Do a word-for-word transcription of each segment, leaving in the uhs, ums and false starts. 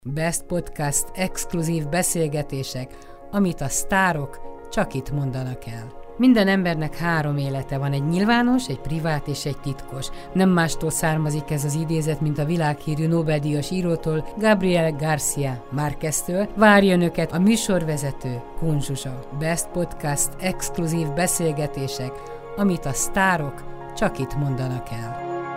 Best Podcast exkluzív beszélgetések, amit a sztárok csak itt mondanak el. Minden embernek három élete van, egy nyilvános, egy privát és egy titkos. Nem mástól származik ez az idézet, mint a világhírű Nobel-díjas írótól, Gabriel García Márqueztől. Várja önöket a műsorvezető, Kun Zsuzsa. Best Podcast exkluzív beszélgetések, amit a sztárok csak itt mondanak el.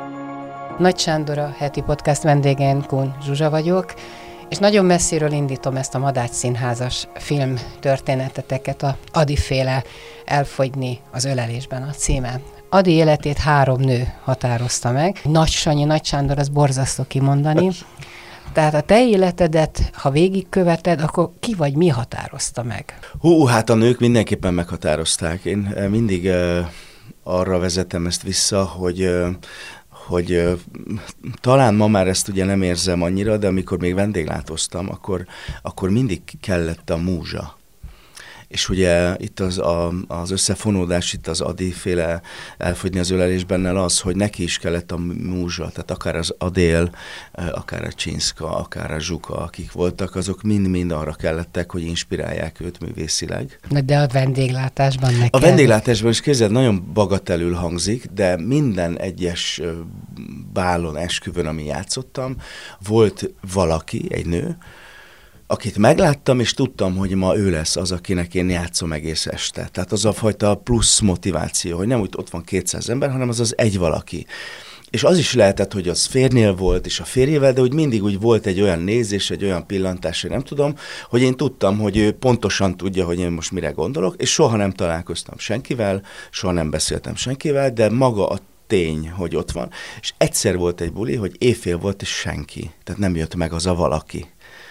Nagy Sándor a heti podcast vendégén, Kun Zsuzsa vagyok, és nagyon messziről indítom ezt a Madács Színházas film történeteteket, a Ady-féle Elfogyni az ölelésben a címe. Ady életét három nő határozta meg. Nagy Sanyi, Nagy Sándor, az borzasztó kimondani. Tehát a te életedet, ha végigköveted, akkor ki vagy mi határozta meg? Hú, hát a nők mindenképpen meghatározták. Én mindig uh, arra vezetem ezt vissza, hogy... Uh, hogy uh, talán ma már ezt ugye nem érzem annyira, de amikor még vendéglátóztam, akkor, akkor mindig kellett a múzsa. És ugye itt az, a, az összefonódás, itt az Ady-féle Elfogyni az ölelésbennel az, hogy neki is kellett a múzsa, tehát akár az Adél, akár a Csinszka, akár a Zsuka, akik voltak, azok mind-mind arra kellettek, hogy inspirálják őt művészileg. De a vendéglátásban neked? A vendéglátásban is képzeld, nagyon bagatelül hangzik, de minden egyes bálon, esküvőn, ami játszottam, volt valaki, egy nő, akit megláttam, és tudtam, hogy ma ő lesz az, akinek én játszom egész este. Tehát az a fajta plusz motiváció, hogy nem úgy ott van kétszáz ember, hanem az az egy valaki. És az is lehetett, hogy az férjnél volt, és a férjével, de úgy mindig úgy volt egy olyan nézés, egy olyan pillantás, hogy nem tudom, hogy én tudtam, hogy ő pontosan tudja, hogy én most mire gondolok, és soha nem találkoztam senkivel, soha nem beszéltem senkivel, de maga a tény, hogy ott van. És egyszer volt egy buli, hogy éjfél volt, és senki. Tehát nem jött meg az a valaki.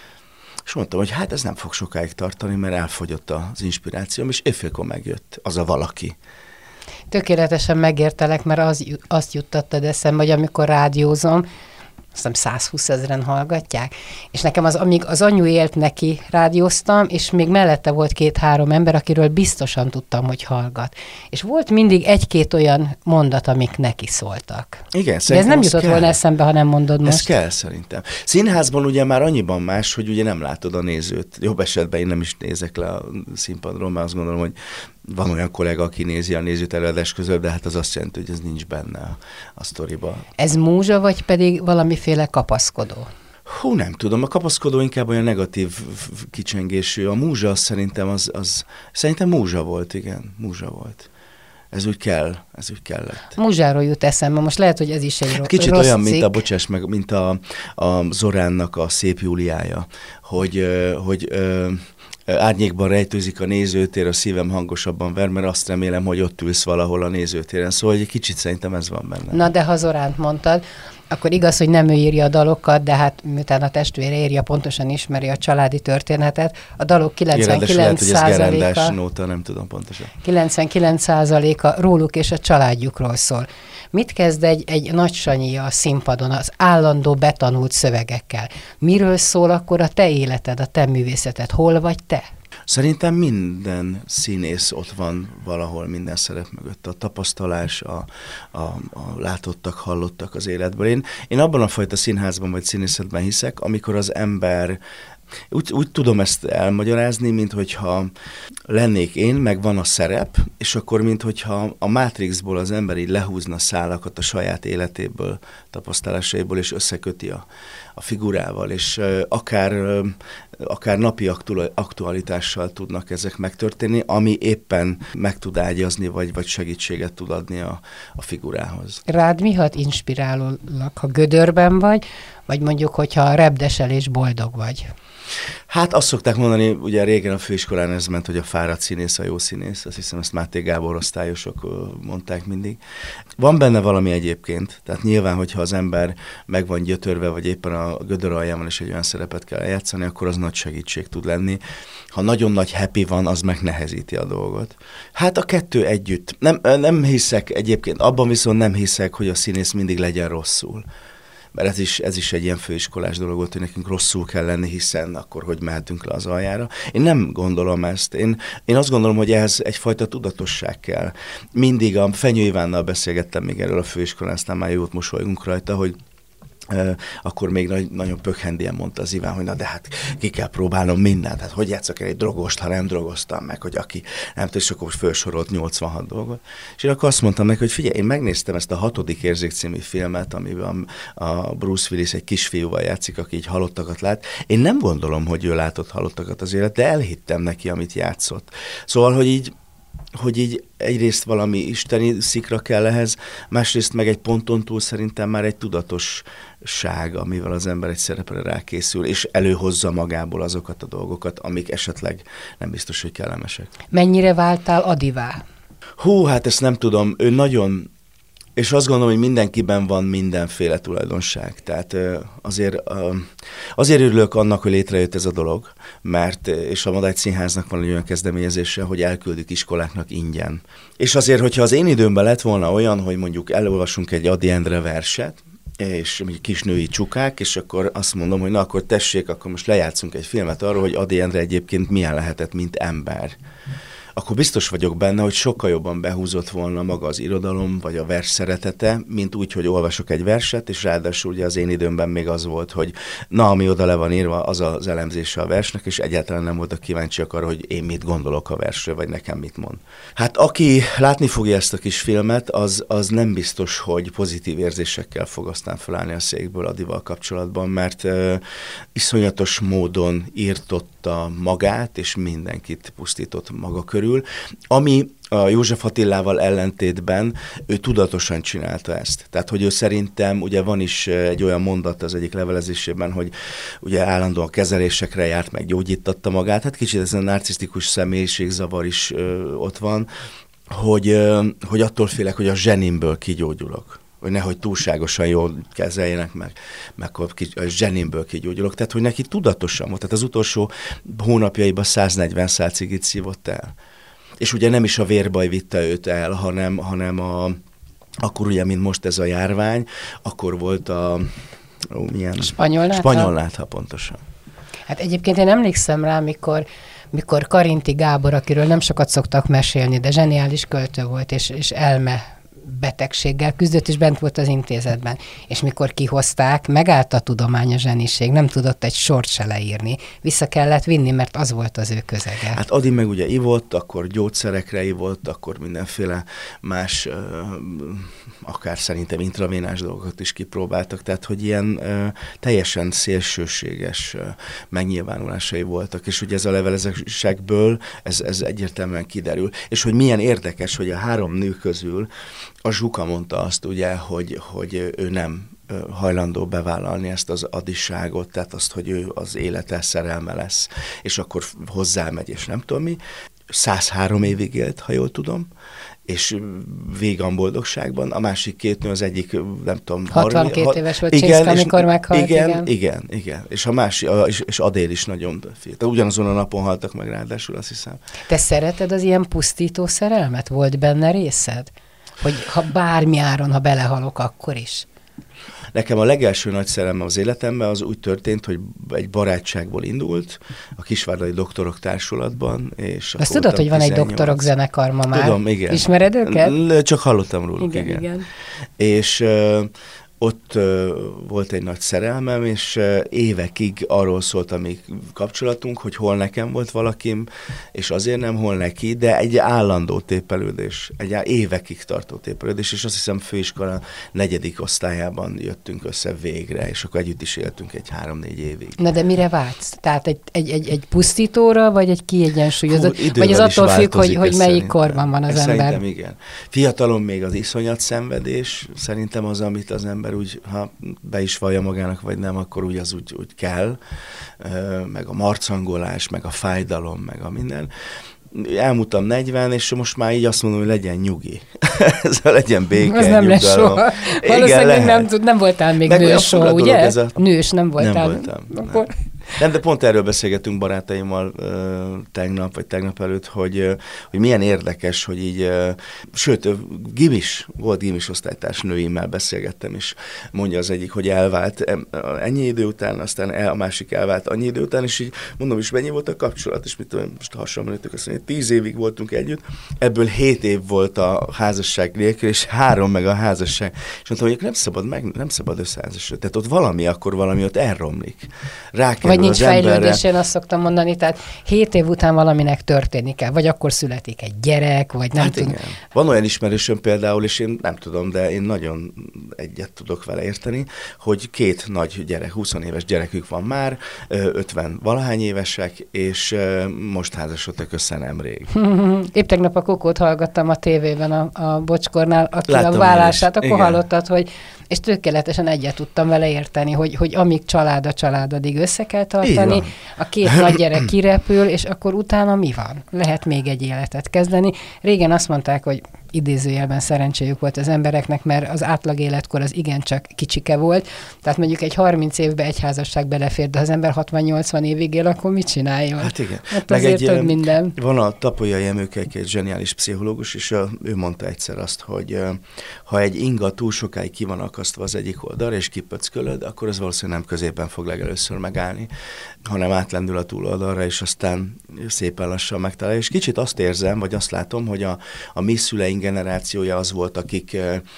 És mondtam, hogy hát ez nem fog sokáig tartani, mert elfogyott az inspirációm, és éjfélkor megjött az a valaki. Tökéletesen megértelek, mert az, azt juttattad eszembe, hogy amikor rádiózom, azt hiszem százhúsz ezeren hallgatják, és nekem az, amíg az anyu élt, neki rádióztam, és még mellette volt két-három ember, akiről biztosan tudtam, hogy hallgat. És volt mindig egy-két olyan mondat, amik neki szóltak. Igen, de ez nem jutott kell. volna eszembe, ha nem mondod most. Ez kell szerintem. Színházban ugye már annyiban más, hogy ugye nem látod a nézőt. Jobb esetben én nem is nézek le a színpadról, mert azt gondolom, hogy van olyan kollega, aki nézi a nézőt előadás közül, de hát az azt jelenti, hogy ez nincs benne a, a sztoriba. Ez múzsa, vagy pedig valamiféle kapaszkodó? Hú, nem tudom. A kapaszkodó inkább olyan negatív kicsengésű. A múzsa az szerintem az, az szerintem múzsa volt, igen. Múzsa volt. Ez úgy kell, ez úgy kellett. Múzsáról jut eszembe, most lehet, hogy ez is egy rossz Kicsit rossz olyan, cikk. mint a, bocsáss meg, mint a, a Zoránnak a Szép Júliája, hogy, hogy árnyékban rejtőzik a nézőtér, a szívem hangosabban ver, mert azt remélem, hogy ott ülsz valahol a nézőtéren. Szóval egy kicsit szerintem ez van benne. Na, de ha Zoránt mondtad, akkor igaz, hogy nem ő írja a dalokat, de hát miután a testvére írja, pontosan ismeri a családi történetet. A dalok kilencvenkilenc százaléka nóta, nem tudom pontosan. kilencvenkilenc százaléka róluk és a családjukról szól. Mit kezd egy, egy Nagy Sanyi a színpadon az állandó betanult szövegekkel? Miről szól akkor a te életed, a te művészeted? Hol vagy te? Szerintem minden színész ott van valahol, minden szerep mögött. A tapasztalás, a, a, a látottak, hallottak az életből. Én, én abban a fajta színházban vagy színészetben hiszek, amikor az ember, úgy, úgy tudom ezt elmagyarázni, mint hogyha lennék én, meg van a szerep, és akkor mint hogyha a Matrixból az ember így lehúzna szálakat a saját életéből, tapasztalásaiból, és összeköti a, a figurával, és uh, akár, uh, akár napi aktualitással tudnak ezek megtörténni, ami éppen meg tud ágyazni, vagy, vagy segítséget tud adni a, a figurához. Rád mi hat inspirálólag, ha gödörben vagy, vagy mondjuk, hogyha repdesel és boldog vagy? Hát azt szokták mondani, ugye régen a főiskolán ez ment, hogy a fáradt színész a jó színész, azt hiszem ezt Máté Gábor osztályosok mondták mindig. Van benne valami egyébként, tehát nyilván, hogyha az ember meg van gyötörve, vagy éppen a gödör alján is egy olyan szerepet kell eljátszani, akkor az nagy segítség tud lenni. Ha nagyon nagy happy van, az megnehezíti a dolgot. Hát a kettő együtt. Nem, nem hiszek egyébként, abban viszont nem hiszek, hogy a színész mindig legyen rosszul. Mert ez is, ez is egy ilyen főiskolás dolog volt, hogy nekünk rosszul kell lenni, hiszen akkor hogy mehetünk le az aljára. Én nem gondolom ezt. Én, én azt gondolom, hogy ehhez egyfajta tudatosság kell. Mindig a Fenyő Ivánnal beszélgettem még erről a főiskolán, aztán már jót mosolygunk rajta, hogy akkor még nagy, nagyon pökhendien mondta az Iván, hogy na de hát ki kell próbálnom mindent, hát hogy játszok el egy drogost, ha nem drogoztam meg, hogy aki nem tudom, és akkor felsorolt nyolcvanhat dolgot. És én akkor azt mondtam neki, hogy figyelj, én megnéztem ezt a Hatodik érzék című filmet, amiben a Bruce Willis egy kisfiúval játszik, aki így halottakat lát. Én nem gondolom, hogy ő látott halottakat az élet, de elhittem neki, amit játszott. Szóval, hogy így hogy így egyrészt valami isteni szikra kell ehhez, másrészt meg egy ponton túl szerintem már egy tudatosság, amivel az ember egy szerepre rákészül, és előhozza magából azokat a dolgokat, amik esetleg nem biztos, hogy kellemesek. Mennyire váltál Adivá? Hú, hát ezt nem tudom, ő nagyon... És azt gondolom, hogy mindenkiben van mindenféle tulajdonság. Tehát azért, azért örülök annak, hogy létrejött ez a dolog, mert, és a Madács Színháznak van egy olyan kezdeményezése, hogy elküldik iskoláknak ingyen. És azért, hogyha az én időmben lett volna olyan, hogy mondjuk elolvasunk egy Ady Endre verset, és kisnői csukák, és akkor azt mondom, hogy na akkor tessék, akkor most lejátszunk egy filmet arról, hogy Ady Endre egyébként milyen lehetett, mint ember. Akkor biztos vagyok benne, hogy sokkal jobban behúzott volna maga az irodalom, vagy a vers szeretete, mint úgy, hogy olvasok egy verset, és ráadásul ugye az én időmben még az volt, hogy na, ami oda le van írva, az az elemzése a versnek, és egyáltalán nem voltak kíváncsiak arra, hogy én mit gondolok a versről, vagy nekem mit mond. Hát aki látni fogja ezt a kis filmet, az, az nem biztos, hogy pozitív érzésekkel fog aztán felállni a székből Adival kapcsolatban, mert uh, iszonyatos módon írtotta magát, és mindenkit pusztított maga körül. Ami a József Attilával ellentétben ő tudatosan csinálta ezt. Tehát, hogy ő szerintem, ugye van is egy olyan mondat az egyik levelezésében, hogy ugye állandóan kezelésekre járt, meg gyógyítatta magát. Hát kicsit ez a narcisztikus személyiségzavar is ö, ott van, hogy, ö, hogy attól félek, hogy a zsenimből kigyógyulok. Hogy nehogy túlságosan jól kezeljenek meg, meg a zsenimből kigyógyulok. Tehát, hogy neki tudatosan volt. Tehát az utolsó hónapjaiban száznegyven szál cigit szívott el. És ugye nem is a vérbaj vitte őt el, hanem, hanem a, akkor ugye, mint most ez a járvány, akkor volt a... Ó, milyen? Spanyol látha? Spanyol látha, pontosan. Hát egyébként én emlékszem rá, mikor, mikor Karinti Gábor, akiről nem sokat szoktak mesélni, de zseniális költő volt, és, és elme betegséggel küzdött, és bent volt az intézetben. És mikor kihozták, megállt a tudomány, a zseniség, nem tudott egy sort se leírni. Vissza kellett vinni, mert az volt az ő közege. Hát Ady meg ugye ivott, akkor gyógyszerekre ivott, akkor mindenféle más, akár szerintem intravénás dolgokat is kipróbáltak, tehát hogy ilyen teljesen szélsőséges megnyilvánulásai voltak, és ugye ez a levelezésekből ez, ez egyértelműen kiderül. És hogy milyen érdekes, hogy a három nő közül a Zsuka mondta azt ugye, hogy, hogy ő nem hajlandó bevállalni ezt az adiságot, tehát azt, hogy ő az élete szerelme lesz, és akkor hozzámegy, és nem tudom mi. százhárom évig élt, ha jól tudom, és végan boldogságban. A másik két nő, az egyik, nem tudom... hatvankét hat, éves volt Csészka, amikor meghalt. Igen, igen, igen, igen. És a másik, és, és Adél is nagyon fiatal. Ugyanazon a napon haltak meg ráadásul, azt hiszem. Te szereted az ilyen pusztító szerelmet? Volt benne részed? Hogy ha bármi áron, ha belehalok, akkor is? Nekem a legelső nagy szerelmem az életemben az úgy történt, hogy egy barátságból indult a Kisvárdai Doktorok Társulatban. És azt tudod, hogy van tizennyolc egy doktorok zenekar ma már? Tudom, igen. Ismered őket? Csak hallottam róluk, igen. igen. igen. És uh, ott uh, volt egy nagy szerelmem, és uh, évekig arról szólt a mi kapcsolatunk, hogy hol nekem volt valakim, és azért nem, hol neki, de egy állandó tépelődés, egy évekig tartó tépelődés, és azt hiszem főiskola negyedik osztályában jöttünk össze végre, és akkor együtt is éltünk egy három-négy évig. Na de mire vágysz? Tehát egy, egy, egy, egy pusztítóra, vagy egy kiegyensúlyozott? Hú, vagy az attól függ, hogy, hogy melyik korban van az ember? Szerintem igen. Fiatalon még az iszonyat szenvedés, szerintem az, amit az ember úgy, ha be is vallja magának, vagy nem, akkor úgy az úgy, úgy kell, meg a marcangolás, meg a fájdalom, meg a minden. Elmúltam negyven, és most már így azt mondom, hogy legyen nyugi. Ez legyen béke, az nem lesz soha. Valószínűleg nem, nem voltál még meg nős soha, ugye? A... Nős nem voltál. Nem voltam. Akkor... Nem. Nem, de pont erről beszélgetünk barátaimmal uh, tegnap, vagy tegnap előtt, hogy, uh, hogy milyen érdekes, hogy így, uh, sőt, uh, gimis, volt gimis osztálytárs nőimmel beszélgettem, és mondja az egyik, hogy elvált ennyi idő után, aztán el, a másik elvált annyi idő után, és így mondom is, mennyi volt a kapcsolat, és mit tudom, most hasonlítjuk azt mondja, tíz évig voltunk együtt, ebből hét év volt a házasság nélkül, és három meg a házasság. És mondtam, hogy nem szabad, meg, nem szabad összeházasodni. Tehát ott valami, akkor valami ott elromlik. Rákerül vagy nincs az emberre. fejlődés, én azt szoktam mondani, tehát hét év után valaminek történik kell, vagy akkor születik egy gyerek, vagy nem hát tudom. Igen. Van olyan ismerősöm például, és én nem tudom, de én nagyon egyet tudok vele érteni, hogy két nagy gyerek, húsz éves gyerekük van már, ötven valahány évesek, és most házasodtak össze nemrég. Épp tegnap a Kokót hallgattam a tévében a, a Bocskornál, aki Láttam a vállását, akkor igen. hallottad, hogy és tökéletesen egyet tudtam vele érteni, hogy, hogy amíg család a család, addig össze kell tartani, a két nagy gyerek kirepül, és akkor utána mi van? Lehet még egy életet kezdeni. Régen azt mondták, hogy idézőjelben szerencséjük volt az embereknek, mert az átlag életkor az igencsak kicsike volt. Tehát mondjuk egy harminc évbe egy házasság belefér, de ha az ember hatvan-nyolcvan évig él, akkor mit csináljon? Hát igen. Hát azért egy, több minden. Van a Tapolyai Emőke, egy zseniális pszichológus, és a, ő mondta egyszer azt, hogy ha egy inga túl sokáig ki van akasztva az egyik oldalra, és kipöckölöd, akkor az valószínűleg nem középen fog legelőször megállni, hanem átlendül a túloldalra, és aztán szépen lassan megtalálja. És kicsit azt érzem, vagy azt látom, hogy a, a mi szüleink generációja az volt, akik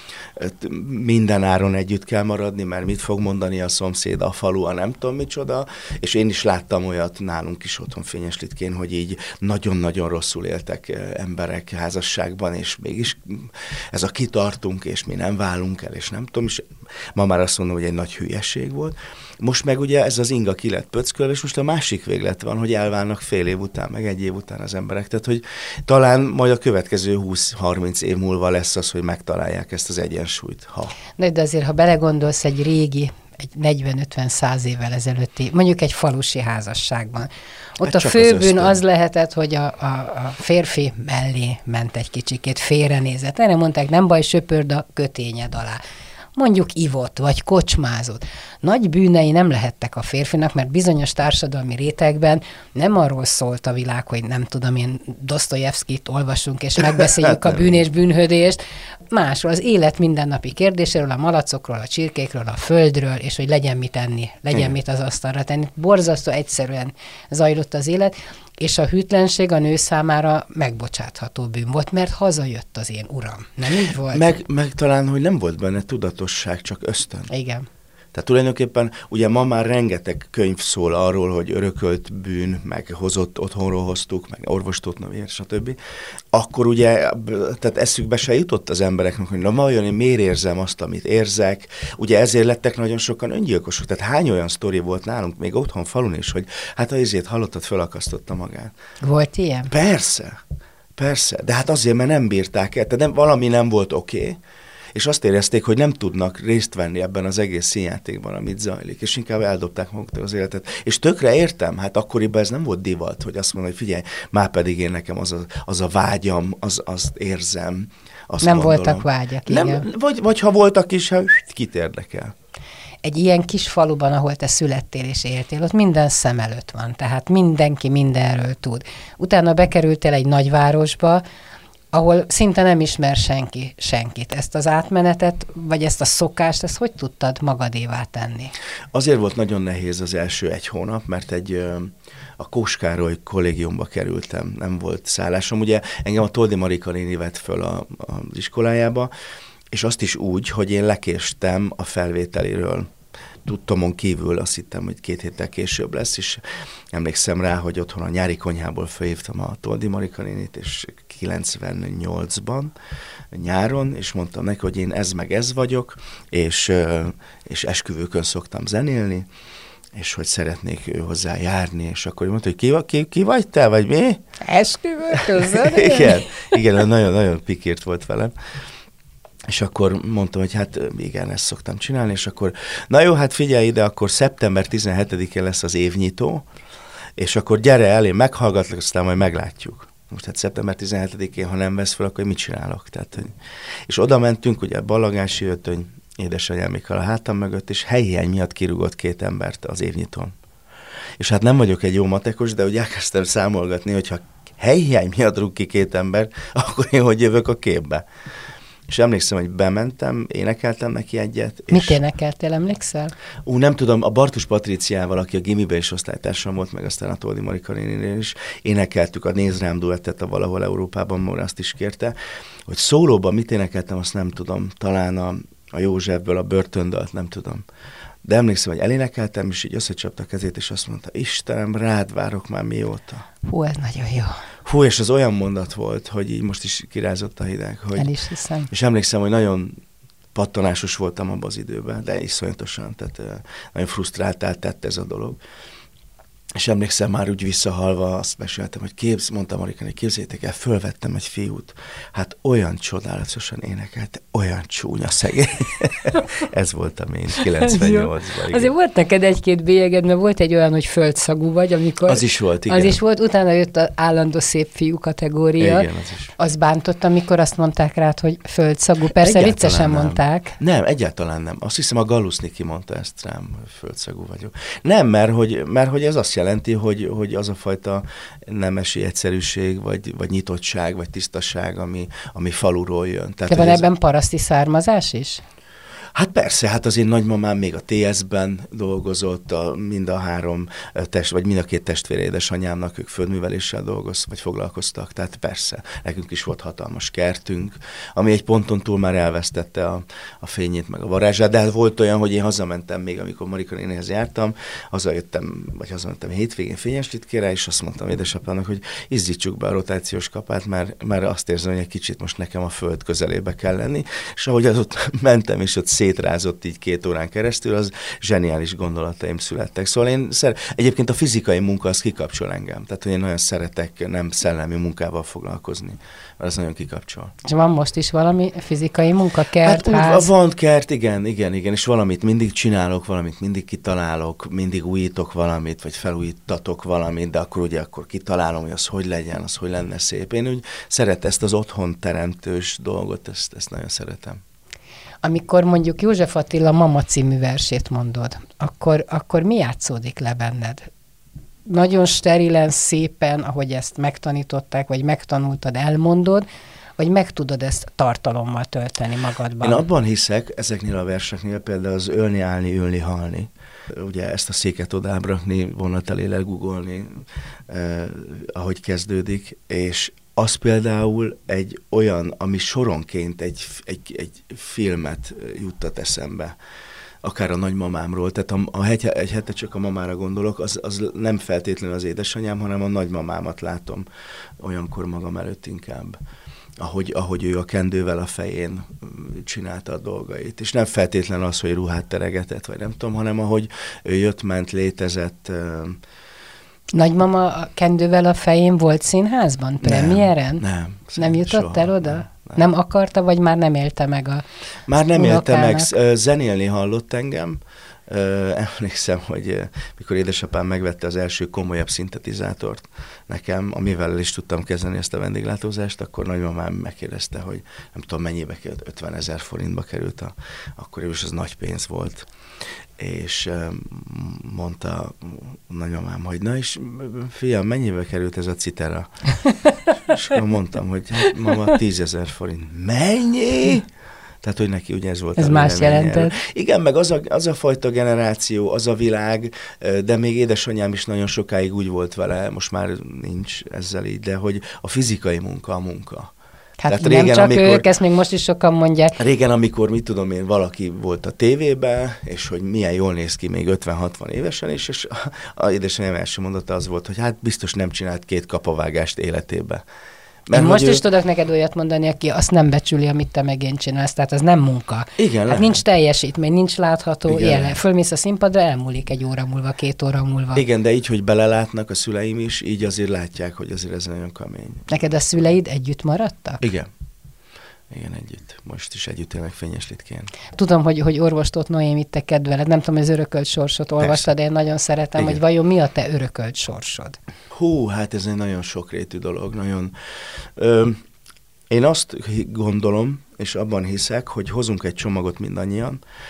minden áron együtt kell maradni, mert mit fog mondani a szomszéd, a falu, a nem tudom micsoda, és én is láttam olyat nálunk is otthon Fényeslitkén, hogy így nagyon-nagyon rosszul éltek emberek házasságban, és mégis ez a kitartunk, és mi nem válunk el, és nem tudom, és ma már azt mondom, hogy egy nagy hülyeség volt. Most meg ugye ez az inga ki lett pöckölve, és most a másik véglet van, hogy elválnak fél év után, meg egy év után az emberek. Tehát, hogy talán majd a következő húsz-harminc év múlva lesz az, hogy megtalálják ezt az egyensúlyt. Ha. De, de azért, ha belegondolsz egy régi, egy negyven-ötven-száz évvel ezelőtti, mondjuk egy falusi házasságban, ott hát a főbűn az, az lehetett, hogy a, a, a férfi mellé ment egy kicsikét, félrenézett. Erre mondták, nem baj, söpörd a kötényed alá. Mondjuk ivott, vagy kocsmázott. Nagy bűnei nem lehettek a férfinak, mert bizonyos társadalmi rétegben nem arról szólt a világ, hogy nem tudom én, Dosztojevszkit olvasunk, és megbeszéljük a bűn és bűnhődést. Másról, az élet mindennapi kérdéséről, a malacokról, a csirkékről, a földről, és hogy legyen mit enni, legyen Igen. mit az asztalra tenni. Borzasztó egyszerűen zajlott az élet, és a hűtlenség a nő számára megbocsátható bűn volt, mert hazajött az én uram. Nem így volt? Meg, meg talán, hogy nem volt benne tudatosság, csak ösztön. Igen. Tehát tulajdonképpen ugye ma már rengeteg könyv szól arról, hogy örökölt bűn, meg hozott, otthonról hoztuk, meg orvostótnavér, stb. Akkor ugye, tehát eszükbe se jutott az embereknek, hogy na vajon én miért érzem azt, amit érzek. Ugye ezért lettek nagyon sokan öngyilkosok. Tehát hány olyan sztori volt nálunk, még otthon falun is, hogy hát a izét halottat felakasztotta magát. Volt ilyen? Persze, persze. De hát azért, mert nem bírták el. Tehát nem, valami nem volt oké. Okay, és azt érezték, hogy nem tudnak részt venni ebben az egész színjátékban, amit zajlik, és inkább eldobták maguktól az életet. És tökre értem, hát akkoriban ez nem volt divat, hogy azt mondom, hogy figyelj, már pedig én nekem az a, az a vágyam, az, azt érzem, azt Nem gondolom. voltak vágyak, nem, igen. Vagy, vagy ha voltak is, hát kit érdekel. Egy ilyen kis faluban, ahol te születtél és éltél, ott minden szem előtt van, tehát mindenki mindenről tud. Utána bekerültél egy nagyvárosba, ahol szinte nem ismer senki senkit. Ezt az átmenetet, vagy ezt a szokást, ezt hogy tudtad magadévá tenni? Azért volt nagyon nehéz az első egy hónap, mert egy a Kóskároly kollégiumba kerültem, nem volt szállásom. Ugye engem a Toldi Marika néni vett föl a, az iskolájába, és azt is úgy, hogy én lekéstem a felvételéről. Tudtomon kívül azt hittem, hogy két héttel később lesz, és emlékszem rá, hogy otthon a nyári konyhából felhívtam a Toldi Marika nénit, és kilencvennyolcban nyáron, és mondtam neki, hogy én ez meg ez vagyok, és, és esküvőkön szoktam zenélni, és hogy szeretnék ő hozzá járni, és akkor mondta, hogy ki, ki, ki vagy te, vagy mi? Esküvőkön zenélni? igen, igen, nagyon-nagyon pikírt volt velem. És akkor mondtam, hogy hát igen, ezt szoktam csinálni, és akkor, na jó, hát figyelj ide, akkor szeptember tizenhetedikén lesz az évnyitó, és akkor gyere el, én meghallgatlak, aztán majd meglátjuk. Most hát szeptember tizenhetedikén, ha nem vesz fel, akkor mit csinálok? Tehát, hogy... És oda mentünk, ugye ballagási öltöny, édesanyámékkal a hátam mögött, és helyhiány miatt kirúgott két embert az évnyitón. és hát nem vagyok egy jó matekos, de úgy elkezdtem számolgatni, hogyha helyhiány miatt rúg ki két ember, akkor én hogy jövök a képbe. És emlékszem, hogy bementem, énekeltem neki egyet. Mit és... énekeltél, emlékszel? Ú, nem tudom, a Bartus Patriciával, aki a gimiben is osztálytársam volt, meg aztán a Toldi Marika néninél is, énekeltük a Nézd rám duettet a Valahol Európában, Móra azt is kérte. Hogy szólóban mit énekeltem, azt nem tudom. Talán a, a Józsefből a Börtöndalt, nem tudom. De emlékszem, hogy elénekeltem, és így összecsapta a kezét, és azt mondta, Istenem, rád várok már mióta. Hú, ez nagyon jó. Hú, és az olyan mondat volt, hogy így most is kirázott a hideg. Hogy, El is hiszem. És emlékszem, hogy nagyon pattanásos voltam abban az időben, de iszonyatosan, tehát uh, nagyon frusztráltál tett ez a dolog. És emlékszem, már úgy visszahalva azt meséltem, hogy képz, mondtam Marikán, hogy képzeljétek el, fölvettem egy fiút. Hát olyan csodálatosan énekelt, olyan csúnya szegény. Ez voltam én, kilencvennyolcban. Azért volt neked egy-két bélyeged, mert volt egy olyan, hogy földszagú vagy, amikor... Az is volt, igen. Az is volt, utána jött az állandó szép fiú kategória. Igen, az is. Az bántott, amikor azt mondták rád, hogy földszagú. Persze egyáltalán viccesen nem mondták. Nem, egyáltalán nem. Azt hiszem, a Galluszny kimondta ezt rám, hogy földszagú vagyok. Nem, mert hogy, mert hogy ez azt jelenti, hogy, hogy az a fajta nemesi egyszerűség, vagy, vagy nyitottság, vagy tisztaság, ami, ami faluról jön. Tehát, de van ez... ebben paraszti származás is? Hát persze, hát az én nagymamám még a té es-ben dolgozott, a, mind a három test, vagy mind a két testvére édesanyámnak, ők földműveléssel dolgoztak, vagy foglalkoztak, tehát persze, nekünk is volt hatalmas kertünk, ami egy ponton túl már elvesztette a, a fényét, meg a varázsát, de hát volt olyan, hogy én hazamentem még, amikor Marika nénihez jártam, hazajöttem, vagy hazamentem hétvégén Fényeslitkére, és azt mondtam édesapának, hogy izzítsuk be a rotációs kapát, mert, mert azt érzem, hogy egy kicsit most nekem a föld közelébe kell lenni, és ahogy az ott mentem, és ott szétrázott így két órán keresztül, az zseniális gondolataim születtek. Szóval én szer... egyébként a fizikai munka az kikapcsol engem. Tehát, hogy én nagyon szeretek nem szellemi munkával foglalkozni, mert az nagyon kikapcsol. És van most is valami fizikai munka, kert, hát, ház? Van kert, igen, igen, igen, és valamit mindig csinálok, valamit mindig kitalálok, mindig újítok valamit, vagy felújítatok valamit, de akkor ugye akkor kitalálom, hogy az hogy legyen, az hogy lenne szép. Én úgy szeretem ezt az otthon teremtős dolgot, ezt, ezt nagyon szeretem. Amikor mondjuk József Attila Mama című versét mondod, akkor, akkor mi játszódik le benned? Nagyon sterilen, szépen, ahogy ezt megtanították, vagy megtanultad, elmondod, vagy meg tudod ezt tartalommal tölteni magadban? Én abban hiszek, ezeknél a verseknél például az ölni, állni, ülni, halni. Ugye ezt a széket odábrakni, vonat elé legugolni, eh, ahogy kezdődik, és az például egy olyan, ami soronként egy, egy, egy filmet juttat eszembe, akár a nagymamámról. Tehát a, a hegy, egy hete csak a mamára gondolok, az, az nem feltétlenül az édesanyám, hanem a nagymamámat látom olyankor magam előtt inkább. Ahogy, ahogy ő a kendővel a fején csinálta a dolgait. És nem feltétlenül az, hogy ruhát teregetett, vagy nem tudom, hanem ahogy ő jött, ment, létezett. Nagymama a kendővel a fején volt színházban, premiéren? Nem, nem. Nem jutott soha, el oda? Nem, nem. nem akarta, vagy már nem élte meg a Már nem unokának? élte meg, zenélni hallott engem. Emlékszem, hogy mikor édesapám megvette az első komolyabb szintetizátort nekem, amivel is tudtam kezdeni ezt a vendéglátózást, akkor nagymamám megkérdezte, hogy nem tudom mennyibe került, ötvenezer forintba került, a, akkor is az nagy pénz volt. És mondta nagymamám, hogy na és fiam, mennyibe került ez a citera? És akkor mondtam, hogy hát mama, tízezer forint. Mennyi? Tehát, hogy neki ugye ez volt. Ez más jelentett. Igen, meg az a, az a fajta generáció, az a világ, de még édesanyám is nagyon sokáig úgy volt vele, most már nincs ezzel így, de hogy a fizikai munka a munka. Hát tehát nem régen, csak amikor, ők, ezt még most is sokan mondják. Régen, amikor, mit tudom én, valaki volt a tévében, és hogy milyen jól néz ki még ötven-hatvan évesen is, és a édesanyám első mondata az volt, hogy hát biztos nem csinált két kapavágást életébe. Mert most ő... is tudok neked olyat mondani, aki azt nem becsüli, amit te meg én csinálsz, tehát az nem munka. Igen, hát lehet. Nincs teljesítmény, nincs látható igen. jelen. Fölmész a színpadra, elmúlik egy óra múlva, két óra múlva. Igen, de így, hogy belelátnak a szüleim is, így azért látják, hogy azért ez nagyon kemény. Neked a szüleid együtt maradtak? Igen. Igen, együtt. Most is együtt élnek Fényeslitkén. Tudom, hogy, hogy orvostót Noémit te kedveled. Nem tudom, hogy az örökölt sorsot olvastad, de én nagyon szeretem, igen. Hogy vajon mi a te örökölt sorsod? Hú, hát ez egy nagyon sokrétű dolog. Nagyon... Ö, én azt gondolom, és abban hiszek, hogy hozunk egy csomagot mindannyian,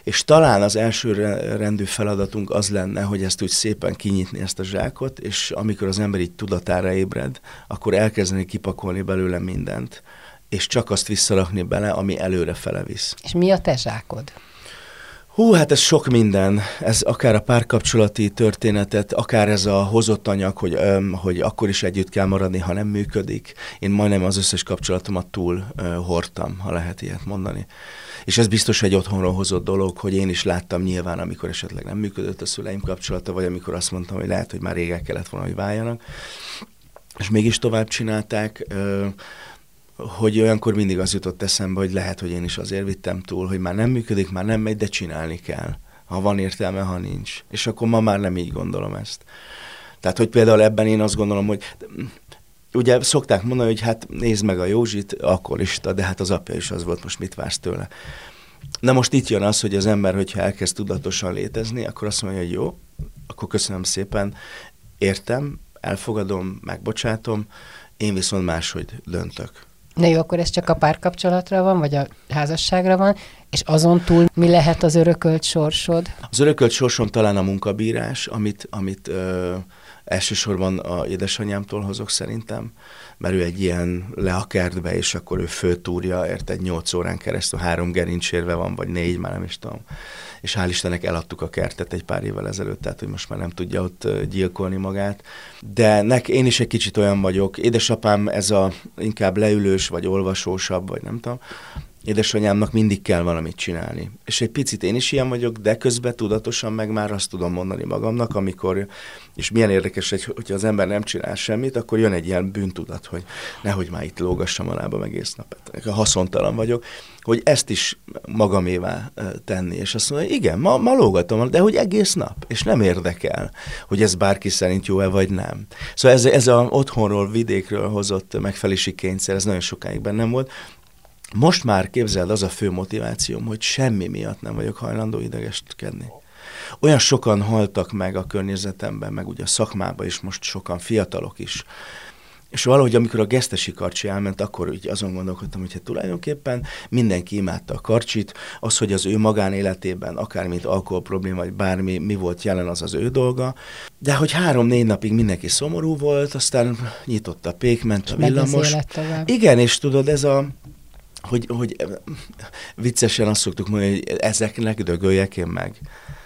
És talán az első rendű feladatunk az lenne, hogy ezt úgy szépen kinyitni ezt a zsákot, és amikor az ember így tudatára ébred, akkor elkezdeni kipakolni belőle mindent, és csak azt visszarakni bele, ami előre fele visz. És mi a te zsákod? Hú, hát ez sok minden. Ez akár a párkapcsolati történetet, akár ez a hozott anyag, hogy, öm, hogy akkor is együtt kell maradni, ha nem működik. Én majdnem az összes kapcsolatomat túl ö, hordtam, ha lehet ilyet mondani. És ez biztos egy otthonról hozott dolog, hogy én is láttam nyilván, amikor esetleg nem működött a szüleim kapcsolata, vagy amikor azt mondtam, hogy lehet, hogy már rég el kellett volna, hogy váljanak. És mégis tovább csinálták, ö, hogy olyankor mindig az jutott eszembe, hogy lehet, hogy én is azért vittem túl, hogy már nem működik, már nem megy, de csinálni kell. Ha van értelme, ha nincs. És akkor ma már nem így gondolom ezt. Tehát, hogy például ebben én azt gondolom, hogy ugye szokták mondani, hogy hát nézd meg a Józsit, alkoholista, de hát az apja is az volt, most mit vársz tőle. Na most itt jön az, hogy az ember, hogyha elkezd tudatosan létezni, akkor azt mondja, hogy jó, akkor köszönöm szépen, értem, elfogadom, megbocsátom, én viszont máshogy döntök. Na jó, akkor ez csak a párkapcsolatra van, vagy a házasságra van, és azon túl mi lehet az örökölt sorsod? Az örökölt sorsom talán a munkabírás, amit, amit ö, elsősorban a édesanyámtól hozok szerintem, mert ő egy ilyen le a kertbe, és akkor ő föltúrja, érted, nyolc órán keresztül, három gerincsérve van, vagy négy, már nem is tudom. És hál' Istennek eladtuk a kertet egy pár évvel ezelőtt, tehát hogy most már nem tudja ott gyilkolni magát. De nek, én is egy kicsit olyan vagyok. Édesapám ez a inkább leülős, vagy olvasósabb, vagy nem tudom. Édesanyámnak mindig kell valamit csinálni. És egy picit én is ilyen vagyok, de közben tudatosan meg már azt tudom mondani magamnak, amikor, és milyen érdekes, hogy, hogyha az ember nem csinál semmit, akkor jön egy ilyen bűntudat, hogy nehogy már itt lógassam a lábam egész nap. Haszontalan vagyok, hogy ezt is magamévá tenni. És azt mondja, igen, ma, ma lógatom, de hogy egész nap, és nem érdekel, hogy ez bárki szerint jó-e vagy nem. Szóval ez, ez a otthonról, vidékről hozott megfelelési kényszer, ez nagyon sokáig bennem volt. Most már képzeld, az a fő motivációm, hogy semmi miatt nem vagyok hajlandó idegeskedni. Olyan sokan haltak meg a környezetemben, meg ugye a szakmában is, most sokan fiatalok is. És valahogy, amikor a Gesztesi Karcsi elment, akkor úgy azon gondolkodtam, hogy hát tulajdonképpen mindenki imádta a Karcsit, az, hogy az ő magánéletében, akár mint alkohol probléma, vagy bármi, mi volt jelen, az az ő dolga. De hogy három-négy napig mindenki szomorú volt, aztán nyitott a pék, ment a villamos. Igen, és tudod, ez a... Hogy, hogy viccesen azt szoktuk mondani, hogy ezeknek dögöljek én meg.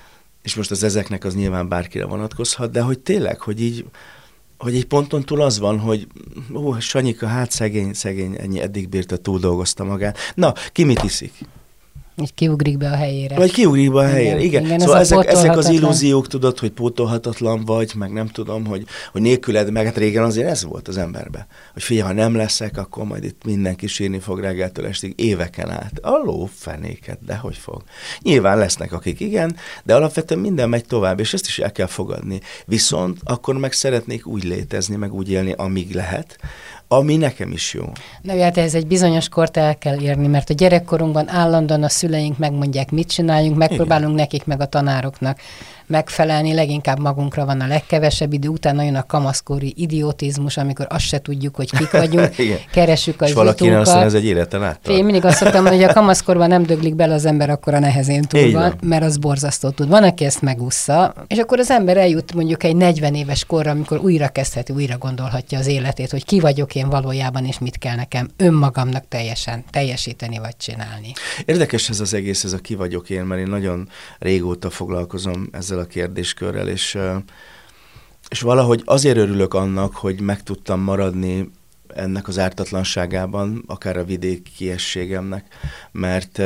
És most az ezeknek az nyilván bárkire vonatkozhat, de hogy tényleg, hogy így, hogy egy ponton túl az van, hogy ó, Sanyika, hát szegény, szegény, ennyi eddig bírta, túl dolgozta magát. Na, ki mit iszik? Így kiugrik be a helyére. Vagy kiugrik be a helyére, igen. igen. Szóval ezek, ezek az illúziók, tudod, hogy pótolhatatlan vagy, meg nem tudom, hogy, hogy nélküled, meg hát régen azért ez volt az emberben. Hogy figyelj, ha nem leszek, akkor majd itt mindenki sírni fog reggeltől estig éveken át. A lófenéket, de hogy fog? Nyilván lesznek, akik igen, de alapvetően minden megy tovább, és ezt is el kell fogadni. Viszont akkor meg szeretnék úgy létezni, meg úgy élni, amíg lehet, ami nekem is jó. Na, hát ez egy bizonyos kort el kell érni, mert a gyerekkorunkban állandóan a szüleink megmondják, mit csináljunk, megpróbálunk igen. nekik meg a tanároknak megfelelni, leginkább magunkra van a legkevesebb idő, utána jön a kamaszkori idiotizmus, amikor azt se tudjuk, hogy kik vagyunk, keressük az jutunkat. És valakinek azt ez egy életen át. Én mindig azt szoktam mondani, hogy a kamaszkorban nem döglik bele az ember, akkor a nehezén túl van, mert az borzasztó tud. Van, aki ezt megúszza, és akkor az ember eljut mondjuk egy negyven éves korra, amikor újra kezdheti, újra gondolhatja az életét, hogy ki vagyok én valójában, és mit kell nekem önmagamnak teljesen teljesíteni vagy csinálni. Érdekes ez az egész, ez a ki vagyok én, mert én nagyon régóta foglalkozom ezzel a kérdéskörrel, és, és valahogy azért örülök annak, hogy meg tudtam maradni ennek az ártatlanságában, akár a vidékiességemnek, mert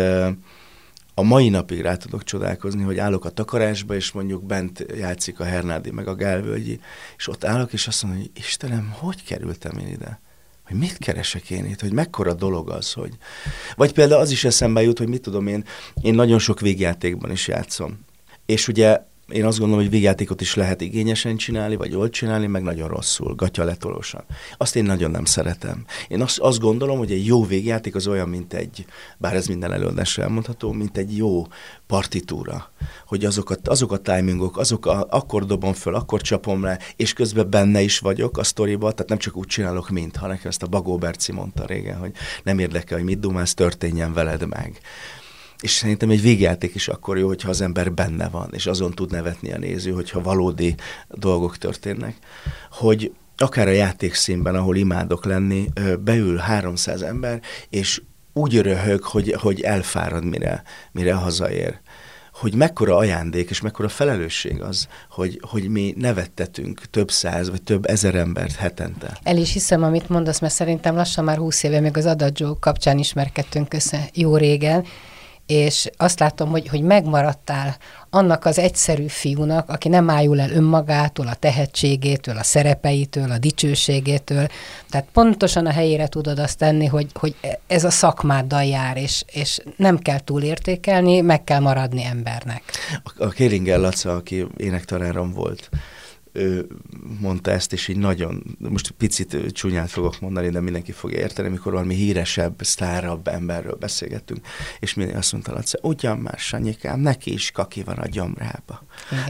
a mai napig rá tudok csodálkozni, hogy állok a takarásba, és mondjuk bent játszik a Hernádi meg a Gálvölgyi, és ott állok, és azt mondom, hogy Istenem, hogy kerültem én ide? Hogy mit keresek én itt? Hogy mekkora dolog az, hogy... Vagy például az is eszembe jut, hogy mit tudom én, én nagyon sok végjátékban is játszom. És ugye én azt gondolom, hogy végjátékot is lehet igényesen csinálni, vagy jól csinálni, meg nagyon rosszul, gatyaletolósan. Azt én nagyon nem szeretem. Én azt, azt gondolom, hogy egy jó végjáték az olyan, mint egy, bár ez minden előadásra elmondható, mint egy jó partitúra. Hogy azok a, azok a timingok, azok a, akkor dobom föl, akkor csapom le, és közben benne is vagyok a sztoriba, tehát nem csak úgy csinálok, mint, ha nekem ezt a Bagó Berci mondta régen, hogy nem érdekel, hogy mit dumálsz, történjen veled meg. És szerintem egy végjáték is akkor jó, hogyha az ember benne van, és azon tud nevetni a néző, hogyha valódi dolgok történnek, hogy akár a játékszínben, ahol imádok lenni, beül háromszáz ember, és úgy röhög, hogy, hogy elfárad, mire, mire hazaér. Hogy mekkora ajándék, és mekkora felelősség az, hogy, hogy mi nevettetünk több száz, vagy több ezer embert hetente. El is hiszem, amit mondasz, mert szerintem lassan már húsz éve, még az Adagio kapcsán ismerkedtünk össze jó régen, és azt látom, hogy, hogy megmaradtál annak az egyszerű fiúnak, aki nem ájul el önmagától, a tehetségétől, a szerepeitől, a dicsőségétől. Tehát pontosan a helyére tudod azt tenni, hogy, hogy ez a szakmáddal jár, és, és nem kell túlértékelni, meg kell maradni embernek. A, a Kéringer Laca, aki énektanárom volt, ő mondta ezt, és így nagyon, most picit csúnyát fogok mondani, de mindenki fogja érteni, amikor valami híresebb, sztárabb emberről beszélgettünk, és mindig azt mondta Laca, ugyan már, Sanyikám, neki is kaki van a gyomrába.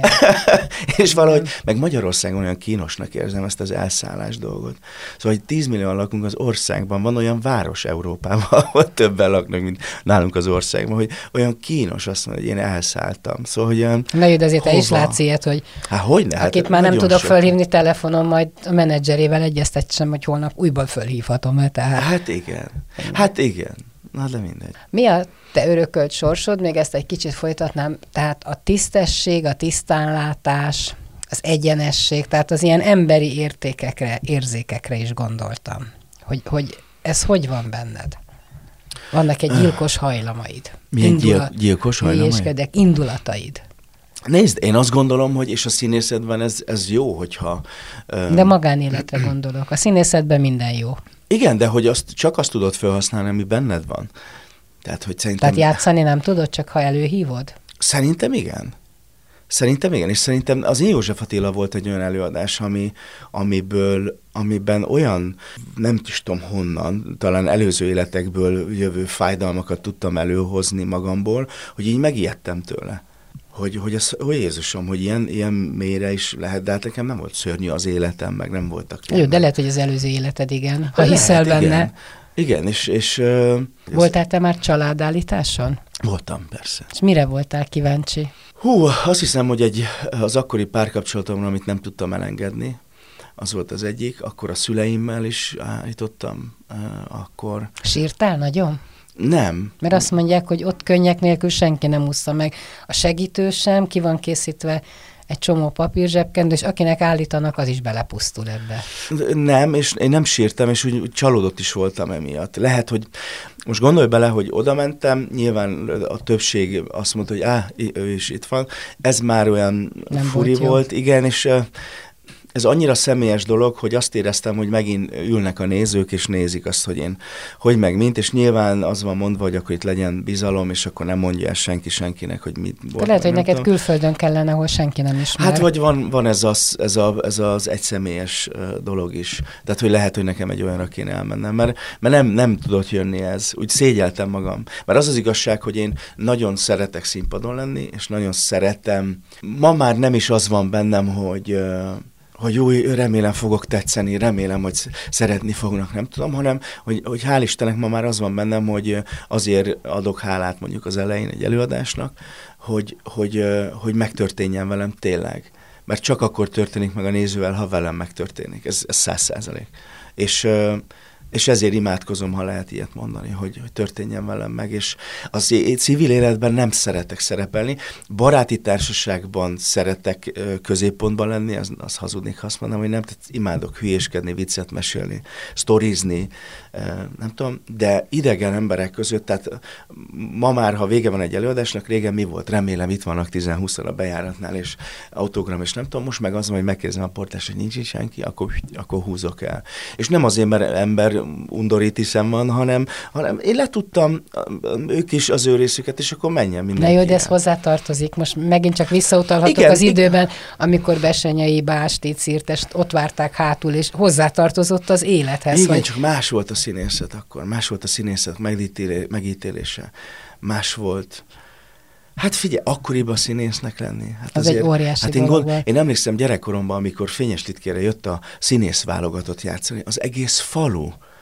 És valahogy, meg Magyarországon olyan kínosnak érzem ezt az elszállás dolgot. Szóval, hogy tíz millióan lakunk az országban, van olyan város Európában, ahol többen laknak, mint nálunk az országban, hogy olyan kínos azt mondani, hogy én elszálltam. Szóval, hogy na jó, de azért te is látsz ilyet, hogy Há, hogyne, akit hát, már nem tudok fölhívni telefonon, majd a menedzserével egyeztetsem, hogy holnap újból fölhívhatom. Tehát... Hát igen. Hát igen. Na, de mindegy. Mi a te örökölt sorsod? Még ezt egy kicsit folytatnám. Tehát a tisztesség, a tisztánlátás, az egyenesség, tehát az ilyen emberi értékekre, érzékekre is gondoltam. Hogy, hogy ez hogy van benned? Vannak egy gyilkos hajlamaid. Milyen Indula... gyilkos hajlamaid? Indulataid. Nézd, én azt gondolom, hogy és a színészetben ez, ez jó, hogyha... Um... De magánéletre gondolok. A színészetben minden jó. Igen, de hogy azt, csak azt tudod felhasználni, ami benned van. Tehát, hogy szerintem... Tehát játszani nem tudod, csak ha előhívod? Szerintem igen. Szerintem igen, és szerintem az Én József Attila volt egy olyan előadás, ami, amiből, amiben olyan, nem is tudom honnan, talán előző életekből jövő fájdalmakat tudtam előhozni magamból, hogy így megijedtem tőle. Hogy, hogy, ez, hogy Jézusom, hogy ilyen, ilyen mélyre is lehet, de hát nekem nem volt szörnyű az életem, meg nem voltak. Jó, de lehet, hogy az előző életed, igen, ha lehet, hiszel benne. Igen, igen és... és uh, voltál te már családállításon? Voltam, persze. És mire voltál kíváncsi? Hú, azt hiszem, hogy egy, az akkori párkapcsolatomra, amit nem tudtam elengedni, az volt az egyik, akkor a szüleimmel is állítottam, uh, akkor... Sírtál nagyon? Nem. Mert azt mondják, hogy ott könnyek nélkül senki nem ússza meg. A segítő sem, ki van készítve egy csomó papírzsebkendő, és akinek állítanak, az is belepusztul ebbe. Nem, és én nem sírtam, és úgy, úgy csalódott is voltam emiatt. Lehet, hogy most gondolj bele, hogy oda mentem, nyilván a többség azt mondta, hogy á, ő is itt van. Ez már olyan nem furi volt, volt igen, és... Ez annyira személyes dolog, hogy azt éreztem, hogy megint ülnek a nézők, és nézik azt, hogy én hogy meg mint, és nyilván az van mondva, hogy akkor itt legyen bizalom, és akkor nem mondja el senki senkinek, hogy mit volt. De lehet, hogy neked tudom. Külföldön kellene, ahol senki nem ismer. Hát vagy van, van ez, az, ez, a, ez az egyszemélyes dolog is. Tehát, hogy lehet, hogy nekem egy olyanra kéne elmennem, mert, mert nem, nem tudott jönni ez. Úgy szégyeltem magam. Mert az az igazság, hogy én nagyon szeretek színpadon lenni, és nagyon szeretem. Ma már nem is az van bennem, hogy... hogy jó, remélem fogok tetszeni, remélem, hogy szeretni fognak, nem tudom, hanem, hogy, hogy hál' Istennek ma már az van bennem, hogy azért adok hálát mondjuk az elején egy előadásnak, hogy, hogy, hogy megtörténjen velem tényleg. Mert csak akkor történik meg a nézővel, ha velem megtörténik. Ez száz százalék. És... És ezért imádkozom, ha lehet ilyet mondani, hogy, hogy történjen velem meg, és az civil életben nem szeretek szerepelni. Baráti társaságban szeretek középpontban lenni, az, az hazudnék, ha azt mondom, hogy nem, tehát imádok hülyéskedni, viccet mesélni, sztorizni, nem tudom, de idegen emberek között, tehát ma már, ha vége van egy előadásnak, régen mi volt? Remélem itt vannak tíz-húszan a bejáratnál, és autogram, és nem tudom, most meg az van, hogy megkérdezem a portást, hogy nincs senki, akkor, akkor húzok el. És nem azért, mert ember undorít hiszem van, hanem, hanem én letudtam ők is az ő részüket, és akkor menjen mindenki. Na jó, de ez hozzátartozik. Most megint csak visszautalhatok igen, az időben, igen. Amikor Bessenyei, Bástit, Szirtest ott várták hátul, és hozzátartozott az élethez. Igen, vagy... csak más volt a színészet akkor. Más volt a színészet megítélé, megítélése. Más volt. Hát figyelj, akkoriban színésznek lenni. Hát az azért, egy óriási hát én, gond, én emlékszem gyerekkoromban, amikor Fényes Litkére jött a színész válogatott játszani, az egész falu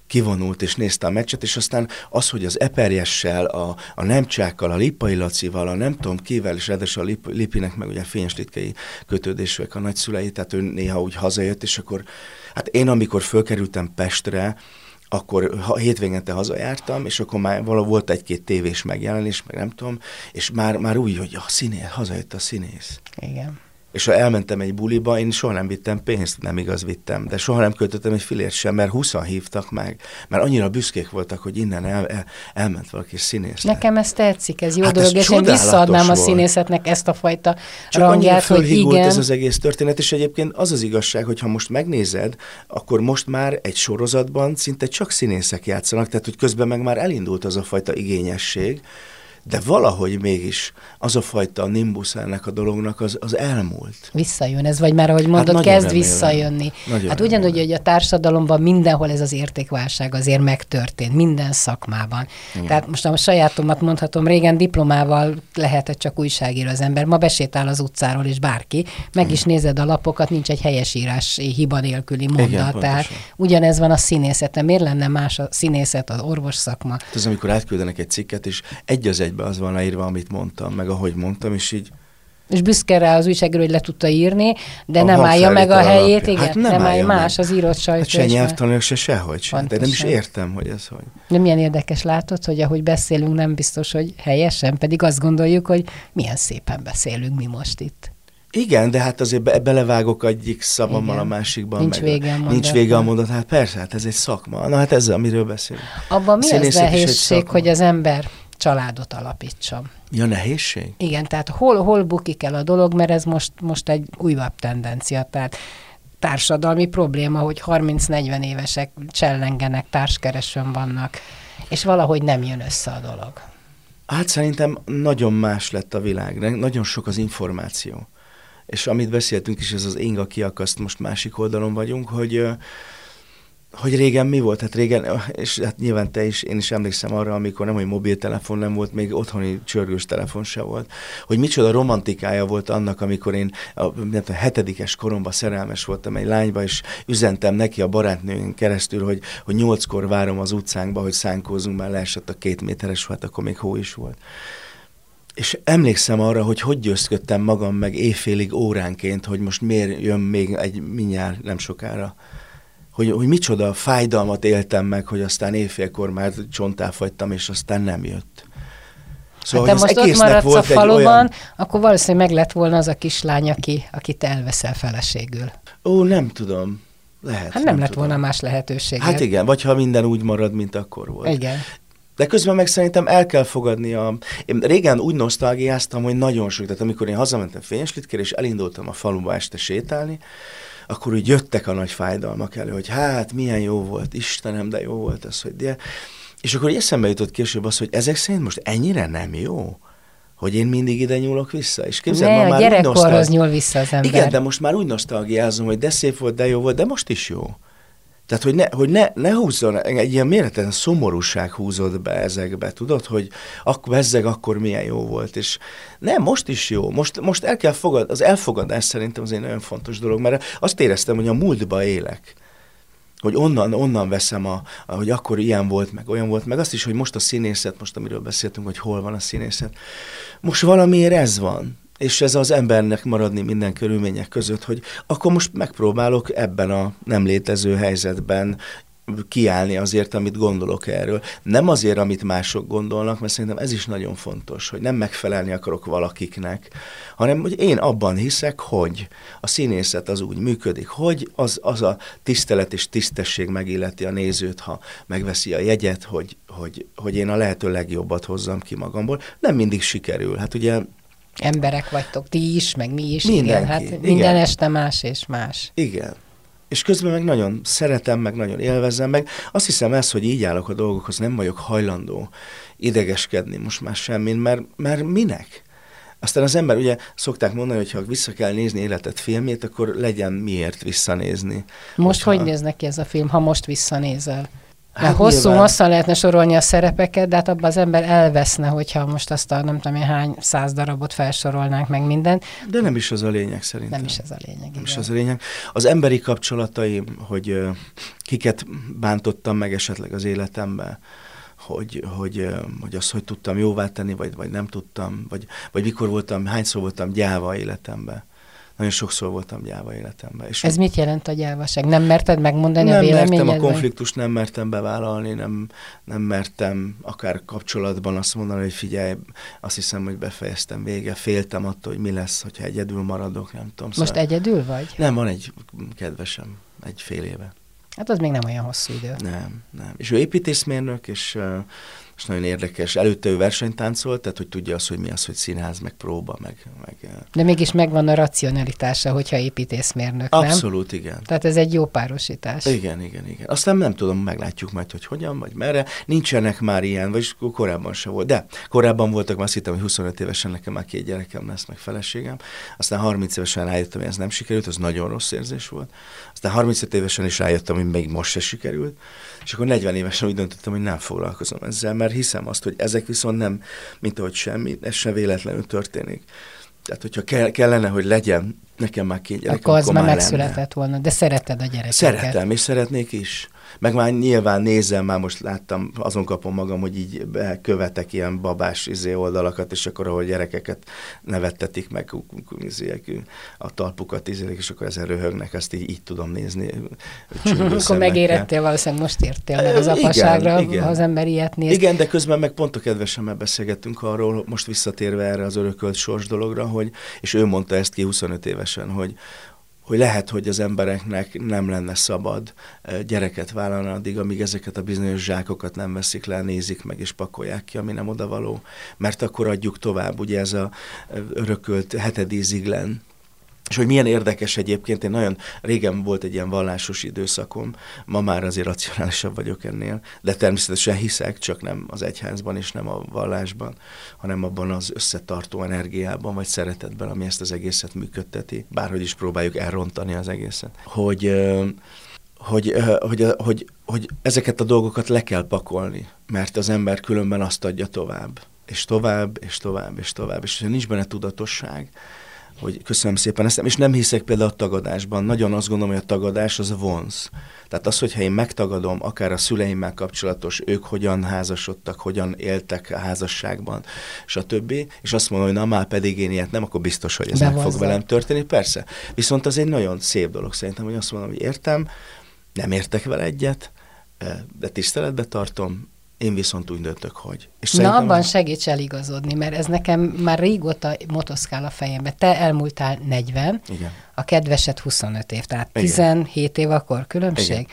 kivonult és nézte a meccset, és aztán az, hogy az Eperjessel, a, a Nemcsákkal, a Lippai Lacival, a nem tudom kivel, és ráadásul a Lip, Lipinek meg ugye fényeslitkei kötődésűek a nagyszülei, tehát ő néha úgy hazajött, és akkor, hát én amikor fölkerültem Pestre, akkor hétvégente hazajártam, és akkor már valahol volt egy-két tévés megjelenés, meg nem tudom, és már, már úgy, hogy a színész, hazajött a színész. Igen. És ha elmentem egy buliba, én soha nem vittem pénzt, nem igaz vittem, de soha nem költöttem egy filért sem, mert húszan hívtak meg, mert annyira büszkék voltak, hogy innen el, el, elment valaki színész. Nekem ez tetszik, ez jó hát dolog, ez és én visszaadnám volt. A színészetnek ezt a fajta Csak rangját, hogy igen. ez az egész történet, és egyébként az az igazság, hogy ha most megnézed, akkor most már egy sorozatban szinte csak színészek játszanak, tehát hogy közben meg már elindult az a fajta igényesség, de valahogy mégis az a fajta nimbus ennek a dolognak az, az elmúlt. Visszajön ez, vagy már ahogy mondod, hát kezd remélem. visszajönni. Nagyon hát ugyanúgy, hogy a társadalomban mindenhol ez az értékválság azért megtörtént, minden szakmában. Igen. Tehát most a sajátomat mondhatom, régen diplomával lehetett csak újságíró az ember, ma besétál az utcáról, és bárki, meg Igen. is nézed a lapokat, nincs egy helyesírás hiba nélküli mondat. Igen, tehát ugyanez van a színészeten. Miért lenne más a színészet, az orvos szakma? Hát az, amikor átküldenek egy cikket, és egy az egy az van leírva, amit mondtam, meg ahogy mondtam, és így... És büszke rá az újságíró, hogy le tudta írni, de a nem állja meg a helyét, alapja. Igen, hát nem, nem állja más meg. Az írott sajtó. Hát se nyelvtanul, se sehogy sem, de nem is értem, hogy ez hogy. De milyen érdekes látod, hogy ahogy beszélünk, nem biztos, hogy helyesen, pedig azt gondoljuk, hogy milyen szépen beszélünk mi most itt. Igen, de hát azért be, belevágok egyik szavammal Igen. a másikban. Nincs vége a mondat. Nincs vége a mondat. Hát persze, hát ez egy szakma. Na hát ezzel, amiről beszélünk. Abban mi az nehézség, hogy az ember családot alapítsam? Ja, nehézség? Igen, tehát hol, hol bukik el a dolog, mert ez most, most egy újabb tendencia, tehát társadalmi probléma, hogy harminc-negyven évesek csellengenek, társkeresőn vannak, és valahogy nem jön össze a dolog. Hát szerintem nagyon más lett a világ, nagyon sok az információ. És amit beszéltünk is, ez az inga kiakaszt, most másik oldalon vagyunk, hogy, hogy régen mi volt? Hát régen, és hát nyilván te is, én is emlékszem arra, amikor nem, hogy mobiltelefon nem volt, még otthoni csörgős telefon se volt, hogy micsoda romantikája volt annak, amikor én a, nem tudom, hetedikes koromban szerelmes voltam egy lányba, és üzentem neki a barátnőn keresztül, hogy, hogy nyolckor várom az utcánkba, hogy szánkózunk, már leesett a két méteres, hát akkor még hó is volt. És emlékszem arra, hogy hogy győzködtem magam meg éjfélig óránként, hogy most miért jön még egy mindjárt nem sokára. Hogy, hogy micsoda fájdalmat éltem meg, hogy aztán éjfélkor már csontá fagytam, és aztán nem jött. Szóval, hát te most ott maradsz a faluban, olyan... akkor valószínűleg meg lett volna az a kislány, aki, akit elveszel feleségül. Ó, nem tudom. Lehet. Hát nem, nem lett tudom. volna más lehetőség. Hát igen, vagy ha minden úgy marad, mint akkor volt. Igen. De közben meg szerintem el kell fogadni a... Én régen úgy nosztalgiáztam, hogy nagyon sok, tehát amikor én hazamentem Fényeslitkére, és elindultam a faluba este sétálni, akkor úgy jöttek a nagy fájdalmak elő, hogy hát milyen jó volt, Istenem, de jó volt ez, hogy de... És akkor eszembe jutott később az, hogy ezek szerint most ennyire nem jó, hogy én mindig ide nyúlok vissza. És képzeld, ne, ma a már gyerekkorhoz nyúl vissza az ember. Igen, de most már úgy nosztalgiázom, hogy de szép volt, de jó volt, de most is jó. Tehát, hogy ne, hogy ne, ne húzzon, egy ilyen méretlen szomorúság húzott be ezekbe, tudod, hogy ak, bezzeg akkor milyen jó volt, és nem, most is jó, most, most el kell fogadni, az elfogadás szerintem az egy nagyon fontos dolog, mert azt éreztem, hogy a múltba élek, hogy onnan, onnan veszem, a, a, hogy akkor ilyen volt, meg olyan volt, meg azt is, hogy most a színészet, most amiről beszéltünk, hogy hol van a színészet, most valamiért ez van. És ez az embernek maradni minden körülmények között, hogy akkor most megpróbálok ebben a nem létező helyzetben kiállni azért, amit gondolok erről. Nem azért, amit mások gondolnak, mert szerintem ez is nagyon fontos, hogy nem megfelelni akarok valakiknek, hanem hogy én abban hiszek, hogy a színészet az úgy működik, hogy az, az a tisztelet és tisztesség megilleti a nézőt, ha megveszi a jegyet, hogy, hogy, hogy én a lehető legjobbat hozzam ki magamból. Nem mindig sikerül. Hát ugye emberek vagytok, ti is, meg mi is. Mindenki, igen, hát igen. Minden este más és más. Igen. És közben meg nagyon szeretem, meg nagyon élvezem, meg azt hiszem ez, hogy így állok a dolgokhoz, nem vagyok hajlandó idegeskedni most már semmin, mert, mert minek? Aztán az ember, ugye szokták mondani, hogy ha vissza kell nézni életet filmjét, akkor legyen miért visszanézni. Most hogyha... hogy néz neki ez a film, ha most visszanézel? Hát hosszú, hosszan lehetne sorolni a szerepeket, de hát abban az ember elveszne, hogyha most azt a nem tudom én hány száz darabot felsorolnánk meg mindent. De nem is az a lényeg szerintem. Nem is ez a lényeg. Nem is az a lényeg. Az emberi kapcsolataim, hogy kiket bántottam meg esetleg az életemben, hogy, hogy, hogy azt hogy tudtam jóvá tenni, vagy, vagy nem tudtam, vagy, vagy mikor voltam, hányszor voltam gyáva életemben. Nagyon sokszor voltam gyáva életemben. És ez mit jelent a gyávaság? Nem merted megmondani a véleményed? Nem mertem a konfliktust, nem mertem bevállalni, nem, nem mertem akár kapcsolatban azt mondani, hogy figyelj, azt hiszem, hogy befejeztem, vége, féltem attól, hogy mi lesz, hogyha egyedül maradok, nem tudom. Most szóval... egyedül vagy? Nem, van egy kedvesem, egy fél éve. Hát az még nem olyan hosszú idő. Nem, nem. És ő építészmérnök, és... és nagyon érdekes. Előtte ő versenytáncolt, tehát hogy tudja azt, hogy mi az, hogy színház, meg próba, meg... meg de mégis megvan a racionalitása, hogyha építészmérnök, nem? Abszolút, igen. Tehát ez egy jó párosítás. Igen, igen, igen. Aztán nem tudom, meglátjuk majd, hogy hogyan, vagy merre. Nincsenek már ilyen, vagyis korábban se volt. De korábban voltak, azt hittem, hogy huszonöt évesen nekem már két gyerekem lesz, meg feleségem. Aztán harminc évesen rájöttem, hogy ez nem sikerült, az nagyon rossz érzés volt. Aztán harmincöt évesen is rájöttem, hogy még most se sikerült. És akkor negyven évesen úgy döntöttem, hogy nem foglalkozom ezzel, mert hiszem azt, hogy ezek viszont nem, mint ahogy semmi, ez se véletlenül történik. Tehát, hogyha ke- kellene, hogy legyen nekem már két gyerekem, akkor az akkor már már megszületett lenne. volna, de szereted a gyerekeket. Szeretem, és szeretnék is. Meg már nyilván nézem, már most láttam, azon kapom magam, hogy így követek ilyen babás izé oldalakat, és akkor ahol gyerekeket nevettetik meg, a talpukat izélik, és akkor ezen röhögnek, azt így, így tudom nézni. Akkor megérettél, valószínűleg most értél meg az apaságra, igen, ha az ember ilyet néz. Igen, de közben meg pont a kedvesemmel beszélgettünk arról, most visszatérve erre az örökölt sors dologra, hogy, és ő mondta ezt ki huszonöt évesen, hogy hogy lehet, hogy az embereknek nem lenne szabad gyereket vállalni addig, amíg ezeket a bizonyos zsákokat nem veszik le, nézik meg és pakolják ki, ami nem odavaló, mert akkor adjuk tovább, ugye ez a örökölt hetedíziglen. És hogy milyen érdekes egyébként, én nagyon régen volt egy ilyen vallásos időszakom, ma már azért racionálisabb vagyok ennél, de természetesen hiszek, csak nem az egyházban és nem a vallásban, hanem abban az összetartó energiában, vagy szeretetben, ami ezt az egészet működteti, bárhogy is próbáljuk elrontani az egészet. Hogy, hogy, hogy, hogy, hogy ezeket a dolgokat le kell pakolni, mert az ember különben azt adja tovább, és tovább, és tovább, és tovább, és ha nincs benne tudatosság, hogy köszönöm szépen ezt, és nem hiszek például a tagadásban. Nagyon azt gondolom, hogy a tagadás az vonz. Tehát az, hogyha én megtagadom akár a szüleimmel kapcsolatos, ők hogyan házasodtak, hogyan éltek a házasságban, stb. És azt mondom, hogy na már pedig én ilyet nem, akkor biztos, hogy ez meg fog velem történni. Persze. Viszont az egy nagyon szép dolog szerintem, hogy azt mondom, hogy értem, nem értek vele egyet, de tiszteletbe tartom, én viszont úgy döntök, hogy. És na, abban segíts eligazodni, mert ez nekem már régóta motoszkál a fejembe. Te elmúltál negyven, igen. A kedvesed huszonöt év, tehát igen. tizenhét év akkor különbség. Igen.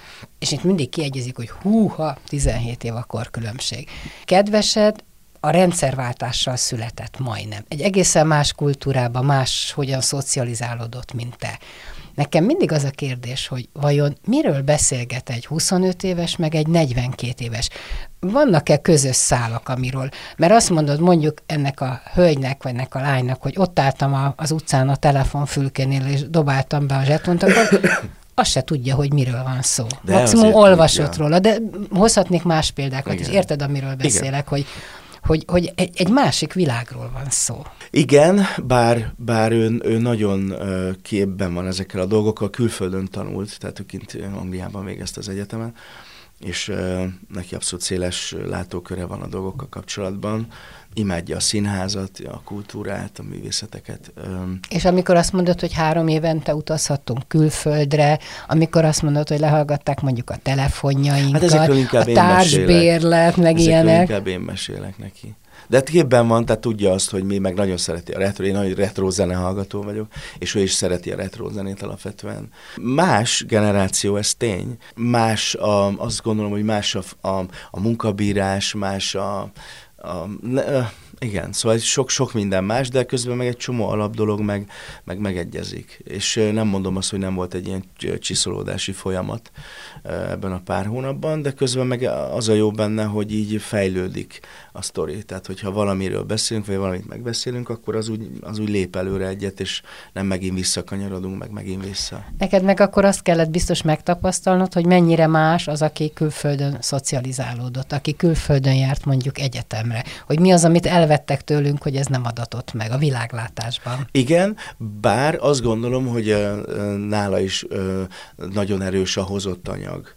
És itt mindig kiegyezik, hogy húha, tizenhét év akkor különbség. Kedvesed a rendszerváltással született majdnem. Egy egészen más kultúrában, más hogyan szocializálódott, mint te. Nekem mindig az a kérdés, hogy vajon miről beszélget egy huszonöt éves, meg egy negyvenkét éves? Vannak-e közös szálak, amiről? Mert azt mondod mondjuk ennek a hölgynek, vagy ennek a lánynak, hogy ott álltam a, az utcán a telefonfülkénél, és dobáltam be a zsetont, akkor azt se tudja, hogy miről van szó. De maximum olvasott tudja róla, de hozhatnék más példákat, igen. És érted, amiről beszélek, igen. hogy hogy, hogy egy, egy másik világról van szó. Igen, bár, bár ő, ő nagyon uh, képben van ezekkel a dolgokkal, külföldön tanult, tehát ő kint Angliában végezte az egyetemen, és uh, neki abszolút széles látóköre van a dolgokkal kapcsolatban. Imádja a színházat, a kultúrát, a művészeteket. És amikor azt mondod, hogy három évente utazhattunk külföldre, amikor azt mondod, hogy lehallgatták mondjuk a telefonjainkat, hát a társbérlet, meg ezekről ilyenek. Inkább én mesélek neki. De hát képben van, tehát tudja azt, hogy mi meg nagyon szereti a retro, én nagyon retro zene hallgató vagyok, és ő is szereti a retro zenét alapvetően. Más generáció, ez tény. Más, a, azt gondolom, hogy más a, a, a munkabírás, más a A, ne, igen, szóval sok, sok minden más, de közben meg egy csomó alapdolog meg, meg megegyezik. És nem mondom azt, hogy nem volt egy ilyen csiszolódási folyamat ebben a pár hónapban, de közben meg az a jó benne, hogy így fejlődik a sztori. Tehát, hogyha valamiről beszélünk, vagy valamit megbeszélünk, akkor az úgy, az úgy lép előre egyet, és nem megint visszakanyarodunk, meg megint vissza. Neked meg akkor azt kellett biztos megtapasztalnod, hogy mennyire más az, aki külföldön szocializálódott, aki külföldön járt mondjuk egyetemre. Hogy mi az, amit elvett levettek tőlünk, hogy ez nem adatott meg a világlátásban. Igen, bár azt gondolom, hogy nála is nagyon erős a hozott anyag.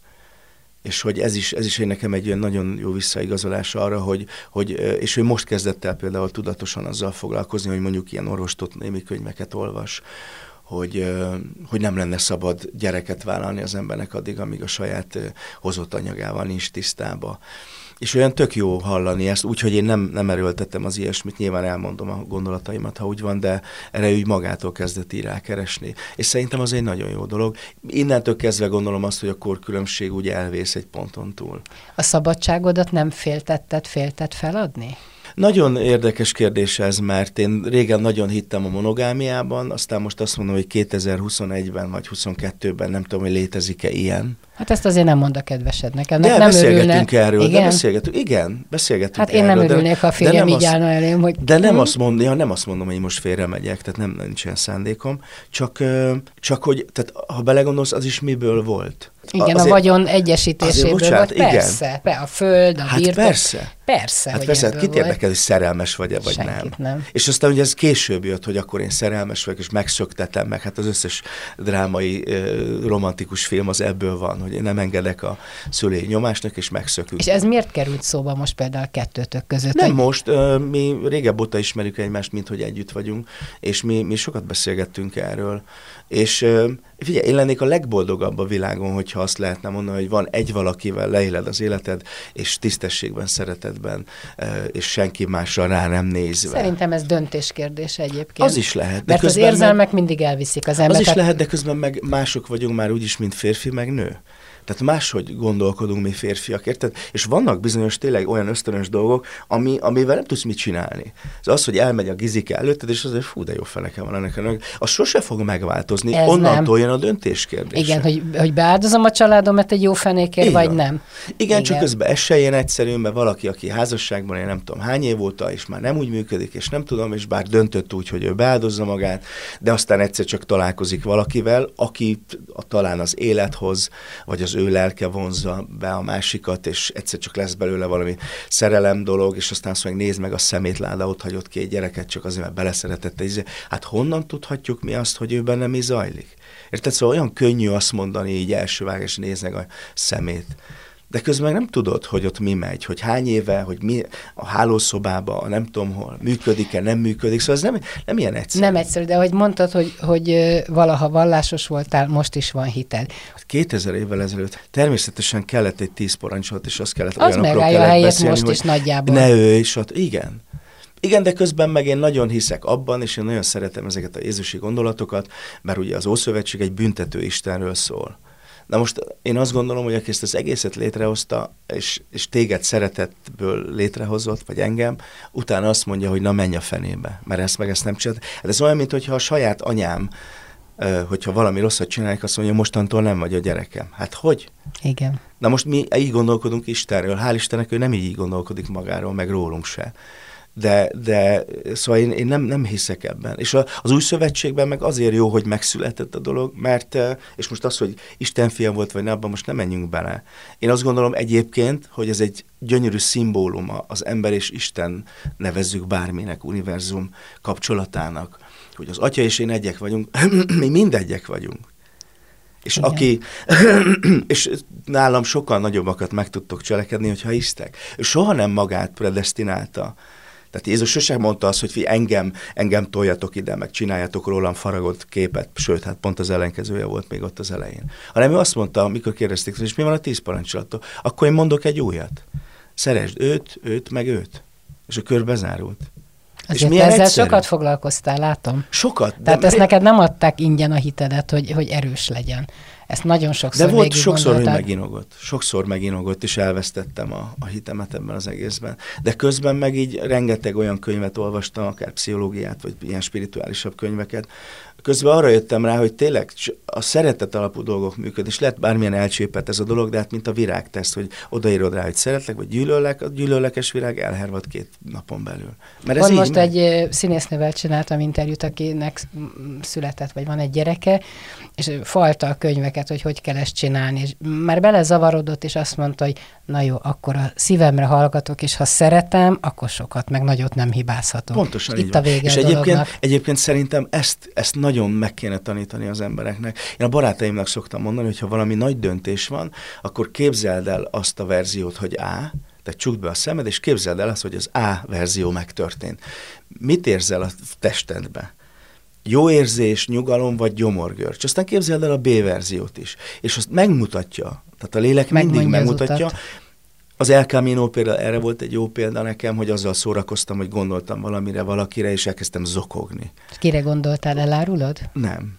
És hogy ez is, ez is nekem egy olyan nagyon jó visszaigazolás arra, hogy, hogy, és ő most kezdett el például tudatosan azzal foglalkozni, hogy mondjuk ilyen orvostott némi könyveket olvas, hogy, hogy nem lenne szabad gyereket vállalni az embernek addig, amíg a saját hozott anyagával nincs tisztába. És olyan tök jó hallani ezt, úgyhogy én nem, nem erőltettem az ilyesmit, nyilván elmondom a gondolataimat, ha úgy van, de erre úgy magától kezdett így rákeresni. És szerintem az egy nagyon jó dolog. Innentől kezdve gondolom azt, hogy a korkülönbség úgy elvész egy ponton túl. A szabadságodat nem féltetted, félted feladni? Nagyon érdekes kérdés ez, mert én régen nagyon hittem a monogámiában, aztán most azt mondom, hogy kétezer-huszonegyben vagy huszonkettőben nem tudom, hogy létezik-e ilyen. Hát ezt azért nem mond a kedvesednek. Ennek de nem beszélgetünk örülne. erről, Igen? de beszélgetünk, igen, beszélgetünk hát én erről. nem örülnék, ha a férjem így állna elém, hogy... De nem azt mondom, ja, nem azt mondom, hogy most félre megyek, tehát nem nincs ilyen szándékom, csak, csak hogy, tehát ha belegondolsz, az is miből volt. Igen, azért, a vagyon egyesítéséből azért, bocsánat, volt, persze. Igen. A föld, a hát birtok. Persze. Persze, hát hogy persze, hát kit volt. érdekel, hogy szerelmes vagy-e, vagy Senkit nem. nem. És aztán ugye ez később jött, hogy akkor én szerelmes vagyok, és megszöktetem meg, hát az összes drámai, romantikus film az ebből van, hogy én nem engedek a szülői nyomásnak, és megszökünk. És ez miért került szóba most például kettőtök között? Nem hogy... most, mi régebb óta ismerjük egymást, mint hogy együtt vagyunk, és mi, mi sokat beszélgettünk erről. És figyelj, én lennék a legboldogabb a világon, hogyha azt lehetne mondani, hogy van egy valakivel leéled az életed, és tisztességben, szeretetben, és senki másra rá nem nézve. Szerintem ez döntéskérdés egyébként. Az is lehet. De mert az érzelmek meg, mindig elviszik az embert. Az is lehet, de közben meg mások vagyunk már úgyis, mint férfi, meg nő. Tehát máshogy gondolkodunk mi férfiak, érted? És vannak bizonyos tényleg olyan ösztönös dolgok, ami, amivel nem tudsz mit csinálni. Ez az, hogy elmegy a gizike előtted, és azért fú, de jó feneke van ennek. Az sose fog megváltozni. Ez onnantól nem. jön a döntés kérdése. Igen, hogy, hogy beáldozom a családomat egy jó fenékért, Igen. vagy nem. Igen, Igen, csak közben ez se ilyen egyszerű, mert valaki, aki házasságban, én nem tudom hány év óta, és már nem úgy működik, és nem tudom, és bár döntött úgy, hogy ő beáldozza magát, de aztán egyszer csak találkozik valakivel, aki a, talán az élethoz, vagy az ő lelke vonzza be a másikat, és egyszer csak lesz belőle valami szerelem dolog, és aztán azt mondja, nézd meg, a szemétláda ott hagyott ki egy gyereket, csak azért, mert beleszeretette. Hát honnan tudhatjuk mi azt, hogy ő benne mi zajlik? Érted? Szóval olyan könnyű azt mondani így első vágás, nézd meg a szemét. De közben nem tudod, hogy ott mi megy, hogy hány éve, hogy mi a hálószobában, nem tudom hol, működik-e, nem működik. Szóval ez nem, nem ilyen egyszerű. Nem egyszerű, de hogy mondtad, hogy, hogy valaha vallásos voltál, most is van hited. kétezer évvel ezelőtt természetesen kellett egy tíz parancsolat, és azt kellett az olyanokról megállja kellett a helyét beszélni, most hogy is nagyjából. Ne ő is ott. Igen. Igen, de közben meg én nagyon hiszek abban, és én nagyon szeretem ezeket a jézusi gondolatokat, mert ugye az Ószövetség egy büntető Istenről szól. Na most én azt gondolom, hogy aki ezt az egészet létrehozta, és, és téged szeretetből létrehozott, vagy engem, utána azt mondja, hogy na menj a fenébe, mert ezt meg ezt nem csinált. Ez olyan, mintha a saját anyám, hogyha valami rosszat csinálják, azt mondja, mostantól nem vagy a gyerekem. Hát hogy? Igen. Na most mi így gondolkodunk Istenről. Hál' Istennek ő nem így gondolkodik magáról, meg rólunk se. De, de szóval én, én nem, nem hiszek ebben. És a, az új szövetségben meg azért jó, hogy megszületett a dolog, mert, és most az, hogy Isten fia volt, vagy ne, abban most nem menjünk bele. Én azt gondolom egyébként, hogy ez egy gyönyörű szimbóluma az ember és Isten, nevezzük bárminek, univerzum kapcsolatának, hogy az Atya és én egyek vagyunk, mi mindegyek vagyunk. És igen. aki, és nálam sokkal nagyobbakat meg tudtok cselekedni, hogyha hisztek. Ő soha nem magát predesztinálta. Tehát Jézus sosem mondta azt, hogy engem, engem toljatok ide, meg csináljatok rólam faragott képet, sőt, hát pont az ellenkezője volt még ott az elején. Hanem ő azt mondta, amikor kérdezték, és mi van a tíz parancsolattól, akkor én mondok egy újat. Szeresd őt, őt, meg őt. És a kör bezárult. Azért te ezzel egyszerű? Sokat foglalkoztál, látom. Sokat. Tehát ezt neked nem adták ingyen a hitedet, hogy, hogy erős legyen. Ezt nagyon sokszor De volt sokszor, gondoltad. hogy meginogott. Sokszor meginogott, és elvesztettem a, a hitemet ebben az egészben. De közben meg így rengeteg olyan könyvet olvastam, akár pszichológiát, vagy ilyen spirituálisabb könyveket. Közben arra jöttem rá, hogy tényleg a szeretet alapú dolgok működnek, és lehet bármilyen elcsépett ez a dolog, de hát mint a virágteszt, hogy odaírod rá, hogy szeretlek, vagy gyűlöllek, a gyűlöllekes virág elhervad két napon belül. Mert ez van most megy. egy színésznővel csináltam interjút, akinek született, vagy van egy gyereke, és falta a könyveket lépéseket, hogy hogy kell ezt csinálni. És már belezavarodott, és azt mondta, hogy na jó, akkor a szívemre hallgatok, és ha szeretem, akkor sokat, meg nagyot nem hibázhatok. Pontosan Itt így a van. vége És a egyébként, dolognak. egyébként szerintem ezt, ezt nagyon meg kéne tanítani az embereknek. Én a barátaimnak szoktam mondani, hogy ha valami nagy döntés van, akkor képzeld el azt a verziót, hogy A, tehát csukd be a szemed, és képzeld el azt, hogy az A verzió megtörtént. Mit érzel a testedbe? Jó érzés, nyugalom vagy gyomorgörcs. Aztán képzeld el a B verziót is. És azt megmutatja, tehát a lélek mindig megmutatja. Az El Camino például erre volt egy jó példa nekem, hogy azzal szórakoztam, hogy gondoltam valamire, valakire, és elkezdtem zokogni. Kire gondoltál, elárulod? Nem.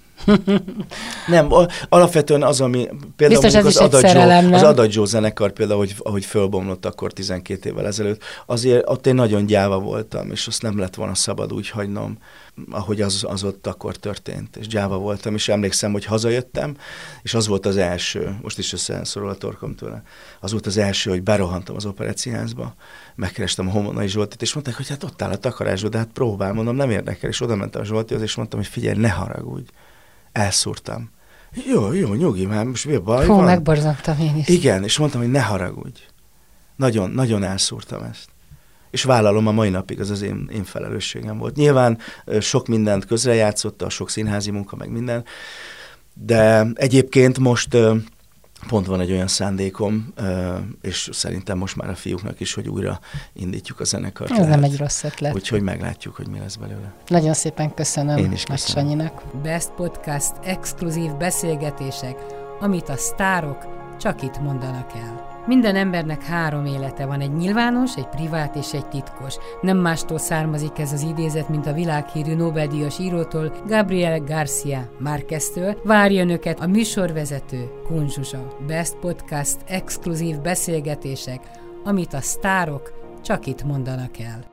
Nem, alapvetően az, ami például Biztos ez az is egy szerelem, nem? Az Adagio zenekar például, ahogy, ahogy fölbomlott akkor tizenkét évvel ezelőtt, azért ott én nagyon gyáva voltam, és azt nem lett volna szabad úgy hagynom, ahogy az, az ott akkor történt, és gyáva voltam, és emlékszem, hogy hazajöttem, és az volt az első, most is összeszorul a torkom tőle, az volt az első, hogy berohantam az Operettszínházba, megkerestem a Homonai Zsoltit, és mondták, hogy hát ott áll a takarásod, de hát próbál, mondom, nem érdekel, és oda mentem a Zsoltihoz, és mondtam, hogy figyelj, ne haragudj. Elszúrtam. Jó, jó, nyugi, már most mi a baj Fú, van? megborzongtam én is. Igen, és mondtam, hogy ne haragudj. Nagyon, nagyon elszúrtam ezt. És vállalom, a mai napig az az én, én felelősségem volt. Nyilván sok mindent közrejátszott, a sok színházi munka, meg minden, de egyébként most pont van egy olyan szándékom, és szerintem most már a fiúknak is, hogy újra indítjuk a zenekart. Ez lehet. Nem egy rossz ötlet. Úgyhogy meglátjuk, hogy mi lesz belőle. Nagyon szépen köszönöm. Én is köszönöm. Nagy Sanyinak. Best Podcast exkluzív beszélgetések, amit a sztárok csak itt mondanak el. Minden embernek három élete van, egy nyilvános, egy privát és egy titkos. Nem mástól származik ez az idézet, mint a világhírű Nobel-díjas írótól, Gabriel García Márqueztől. Várja önöket a műsorvezető, Kun Zsuzsa. Best Podcast exkluzív beszélgetések, amit a sztárok csak itt mondanak el.